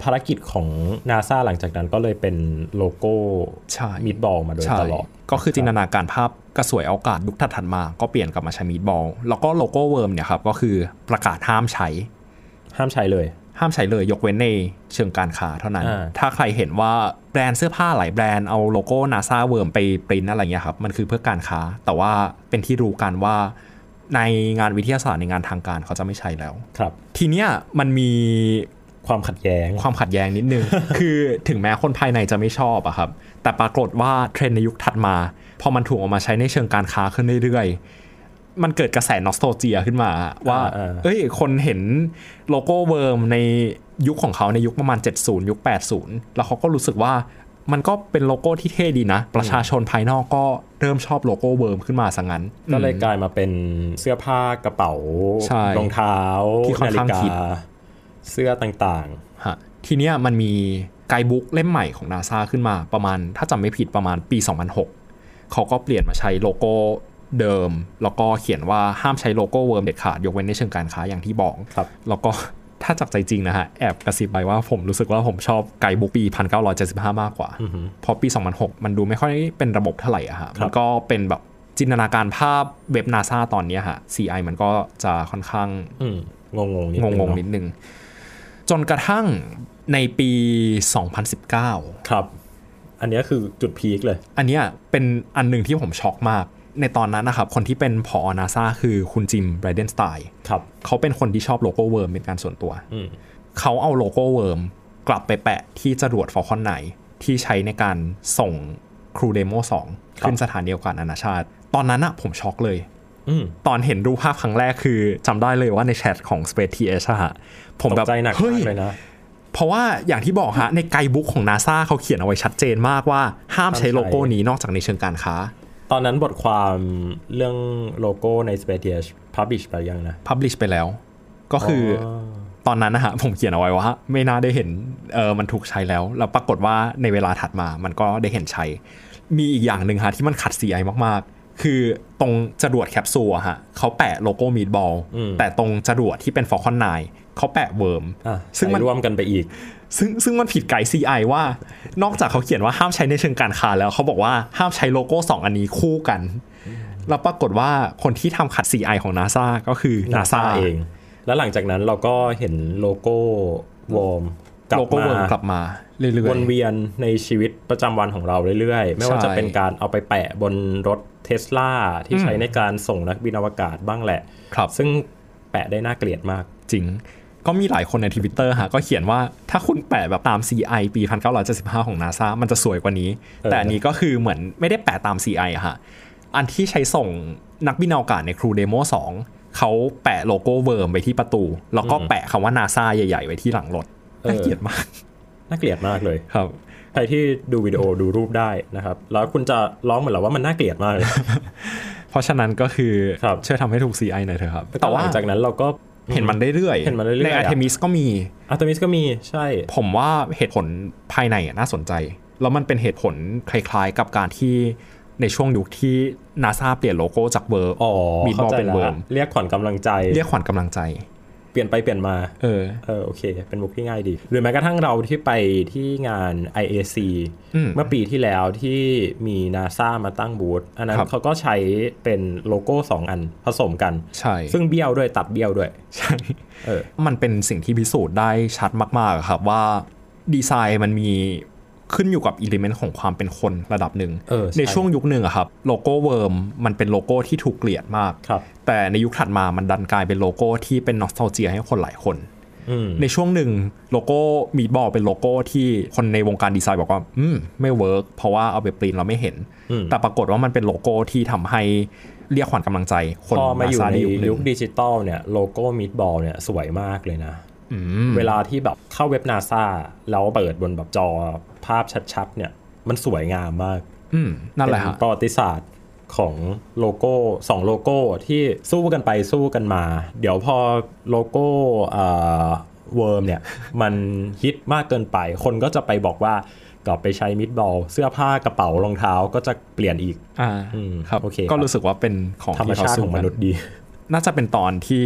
ภารกิจของ NASA หลังจากนั้นก็เลยเป็นโลโก้มีดบอลมาโดยตลอดก็คือจินตนาการภาพกระสวยอวกาศยุคถัดมาก็เปลี่ยนกลับมาใช้มีดบอลแล้วก็โลโก้เวิร์มเนี่ยครับก็คือประกาศห้ามใช้ห้ามใช้เลยห้ามใช้เลยยกเว้นในเชิงการค้าเท่านั้นถ้าใครเห็นว่าแบรนด์เสื้อผ้าหลายแบรนด์เอาโลโก้ NASA เวิร์มไปปริ้นอะไรเงี้ยครับมันคือเพื่อการค้าแต่ว่าเป็นที่รู้กันว่าในงานวิทยาศาสตร์ในงานทางการเขาจะไม่ใช้แล้วครับทีเนี้ยมันมีความขัดแย้งความขัดแย้งนิดนึง คือถึงแม้คนภายในจะไม่ชอบอะครับแต่ปรากฏว่าเทรนด์ในยุคถัดมาพอมันถูกออกมาใช้ในเชิงการค้าขึ้นเรื่อยๆมันเกิดกระแสนอสโตเจียขึ้นมาว่าเอ้ยคนเห็นโลโก้เวิร์มในยุคของเขาในยุคประมาณเจ็ดสิบยุคแปดสิบแล้วเขาก็รู้สึกว่ามันก็เป็นโลโก้ที่เท่ดีนะประชาชนภายนอกก็เริ่มชอบโลโก้เวิร์มขึ้นมาซะงั้นก็เลยกลายมาเป็นเสื้อผ้ากระเป๋ารองเท้านาฬิกาเสื้อต่างๆฮะทีเนี้ยมันมีไกด์บุ๊กเล่มใหม่ของ NASA ขึ้นมาประมาณถ้าจำไม่ผิดประมาณปีสองพันหกเขาก็เปลี่ยนมาใช้โลโก้เดิมแล้วก็เขียนว่าห้ามใช้โลโก้เวิร์มเด็ดขาดยกเว้นในเชิงการค้าอย่างที่บอกแล้วก็ถ้าจับใจจริงนะฮะแอบกระซิบไปว่าผมรู้สึกว่าผมชอบไกด์บุ๊กปีหนึ่งพันเก้าร้อยเจ็ดสิบห้ามากกว่าเพราะปีสองพันหกมันดูไม่ค่อยเป็นระบบเท่าไหร่อะฮะมันก็เป็นแบบจินตนาการภาพเว็บ NASA ตอนนี้ฮะ ซี ไอ มันก็จะค่อนข้างงงงนิดนึงงงนิดนึงจนกระทั่งในปีสองพันสิบเก้าครับอันนี้คือจุดพีคเลยอันนี้เป็นอันหนึ่งที่ผมช็อกมากในตอนนั้นนะครับคนที่เป็นผอ NASA คือคุณจิม ไบรเดนสไตน์ครับเขาเป็นคนที่ชอบโลโก้เวิร์มเป็นการส่วนตัวเขาเอาโลโก้เวิร์มกลับไปแปะที่จรวด Falcon ไนน์ที่ใช้ในการส่ง Crew Demo สองขึ้นสถานีอวกาศนานาชาติตอนนั้นอะผมช็อกเลยตอนเห็นรูปภาพครั้งแรกคือจำได้เลยว่าในแชทของ Space ที เอช อะผมแบบตกใจหนักเลยนะเพราะว่าอย่างที่บอกฮะในไกด์บุ๊กของ NASA เขาเขียนเอาไว้ชัดเจนมากว่าห้ามใช้โลโก้นี้นอกจากในเชิงการค้าตอนนั้นบทความเรื่องโลโก้ใน Space ที เอช publish ไปยังนะ publish ไปแล้วก็คือตอนนั้นนะฮะผมเขียนเอาไว้ว่าไม่น่าได้เห็นเออมันถูกใช้แล้วแล้วปรากฏว่าในเวลาถัดมามันก็ได้เห็นใช้มีอีกอย่างนึงฮะที่มันขัด ซี ไอ มากๆคือตรงจรวดแคปซูลอะฮะเขาแปะโลโก้มีดบอลแต่ตรงจรวดที่เป็น Falcon ไนน์เขาแปะเวิร์มซึ่งมันร่วมกันไปอีกซึ่งซึ่งมันผิดไกด์ ซี ไอ ว่านอกจากเขาเขียนว่าห้ามใช้ในเชิงการค้าแล้วเขาบอกว่าห้ามใช้โลโก้สองอันนี้คู่กันแล้วปรากฏว่าคนที่ทำขัด ซี ไอ ของ NASA ก็คือ NASA เองแล้วหลังจากนั้นเราก็เห็นโลโก้วอร์มโลโก้เวิร์มกลับมาเรื่อยๆวนเวียนในชีวิตประจำวันของเราเรื่อยๆไม่ว่าจะเป็นการเอาไปแปะบนรถ Tesla ที่ใช้ในการส่งนักบินอวกาศบ้างแหละซึ่งแปะได้น่าเกลียดมากจริงก็มีหลายคนใน Twitter ฮะก็เขียนว่าถ้าคุณแปะแบบตาม ซี ไอ ปีหนึ่งพันเก้าร้อยเจ็ดสิบห้าของ NASA มันจะสวยกว่านี้แต่อันนี้ก็คือเหมือนไม่ได้แปะตาม ซี ไอ อะฮะอันที่ใช้ส่งนักบินอวกาศใน Crew Demo สองเขาแปะโลโก้เวิร์มไว้ที่ประตูแล้วก็แปะคำว่า NASA ใหญ่ๆไว้ที่หลังรถน่าเกลียดมากน่าเกลียดมากเลยครับใครที่ดูวิดีโอดูรูปได้นะครับแล้วคุณจะร้องเหมือนเราว่ามันน่าเกลียดมากเลยเพราะฉะนั้นก็คือช่วยทำให้ถูก ซี ไอ หน่อยเถอะครับแต่ว่าหลังจากนั้นเราก็เห็นมันเรื่อยๆเห็นมันเรื่อยๆใน Artemis ก็มี Artemis ก็มีใช่ผมว่าเหตุผลภายในน่าสนใจแล้วมันเป็นเหตุผลคล้ายๆกับการที่ในช่วงยุคที่ NASA เปลี่ยนโลโก้จากเวิร์มมีบอลเป็นเวิร์มเรียกขวัญกำลังใจเรียกขวัญกำลังใจเปลี่ยนไปเปลี่ยนมาเออเออโอเคเป็นมุกที่ง่ายดีหรือแม้กระทั่งเราที่ไปที่งาน ไอ เอ ซี เมื่อปีที่แล้วที่มี NASA มาตั้งบูธอันนั้นเขาก็ใช้เป็นโลโก้สองอันผสมกันใช่ซึ่งเบี้ยวด้วยตัดเบี้ยวด้วยใช่เออมันเป็นสิ่งที่พิสูจน์ได้ชัดมากๆครับว่าดีไซน์มันมีขึ้นอยู่กับอิเลเมนต์ของความเป็นคนระดับหนึ่งในช่วงยุคหนึ่งอะครับโลโก้เวิร์มมันเป็นโลโก้ที่ถูกเกลียดมากแต่ในยุคถัดมามันดันกลายเป็นโลโก้ที่เป็นนอสตัลเจียให้คนหลายคนในช่วงหนึ่งโลโก้มีดบอลเป็นโลโก้ที่คนในวงการดีไซน์บอกว่าอืมไม่เวิร์กเพราะว่าเอาไปปริ้นเราไม่เห็นแต่ปรากฏว่ามันเป็นโลโก้ที่ทำให้เรียกขวัญกำลังใจคนมาอยู่ในยุคดิจิตอลเนี่ยโลโก้มีดบอลเนี่ยสวยมากเลยนะเวลาที่แบบเข้าเว็บ NASA แล้วเปิดบนแบบจอภาพชัดๆเนี่ยมันสวยงามมากอืมนั่นแหละฮะประวัติศาสตร์ของโลโก้สองโลโก้ที่สู้กันไปสู้กันมาเดี๋ยวพอโลโก้เอ่อเวิร์มเนี่ยมันฮิตมากเกินไปคนก็จะไปบอกว่ากลับไปใช้มิดบอลเสื้อผ้ากระเป๋ารองเท้าก็จะเปลี่ยนอีกอ่าครับโอเคก็รู้สึกว่าเป็นของธรรมชาติของมนุษย์ดีน่าจะเป็นตอนที่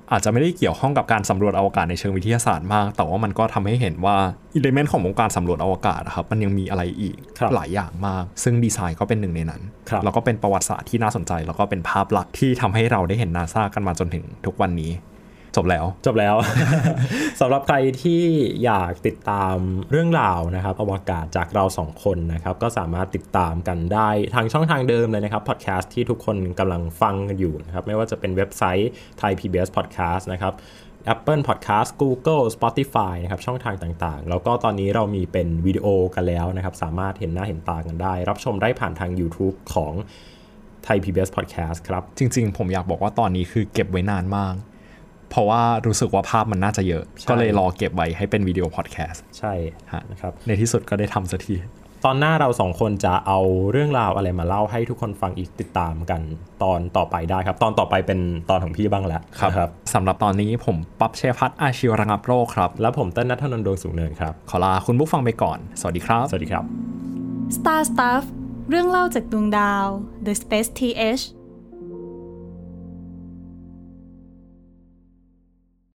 อาจจะไม่ได้เกี่ยวข้องกับการสำรวจอวกาศในเชิงวิทยาศาสตร์มากแต่ว่ามันก็ทำให้เห็นว่าอิเลเมนต์ของวงการสำรวจอวกาศครับมันยังมีอะไรอีกหลายอย่างมากซึ่งดีไซน์ก็เป็นหนึ่งในนั้นแล้วก็เป็นประวัติศาสตร์ที่น่าสนใจแล้วก็เป็นภาพลักษณ์ที่ทำให้เราได้เห็น NASA กันมาจนถึงทุกวันนี้จบแล้วจบแล้ว สำหรับใครที่อยากติดตามเรื่องราวนะครับอวกาศจากเราสองคนนะครับก็สามารถติดตามกันได้ทางช่องทางเดิมเลยนะครับพอดแคสต์ที่ทุกคนกำลังฟังกันอยู่นะครับไม่ว่าจะเป็นเว็บไซต์ Thai พี บี เอส Podcast นะครับ Apple Podcast Google Spotify นะครับช่องทางต่างๆแล้วก็ตอนนี้เรามีเป็นวิดีโอกันแล้วนะครับสามารถเห็นหน้าเห็นตากันได้รับชมได้ผ่านทาง YouTube ของ Thai พี บี เอส Podcast ครับจริงๆผมอยากบอกว่าตอนนี้คือเก็บไว้นานมากเพราะว่ารู้สึกว่าภาพมันน่าจะเยอะก็เลยรอเก็บไว้ให้เป็นวิดีโอพอดแคสต์ใช่นะครับในที่สุดก็ได้ทำสักทีตอนหน้าเราสองคนจะเอาเรื่องราวอะไรมาเล่าให้ทุกคนฟังอีกติดตามกันตอนต่อไปได้ครับตอนต่อไปเป็นตอนของพี่บ้างแล้วครับรบสำหรับตอนนี้ผมปั๊บเชพัฒน์อาชีวระงับโรคครับแล้วผมเต้นณัฐนนท์ดวงสูงเนินครับขอลาคุณผู้ฟังไปก่อนสวัสดีครับสวัสดีครับ Star Stuff เรื่องเล่าจากดวงดาว The Space ที เอช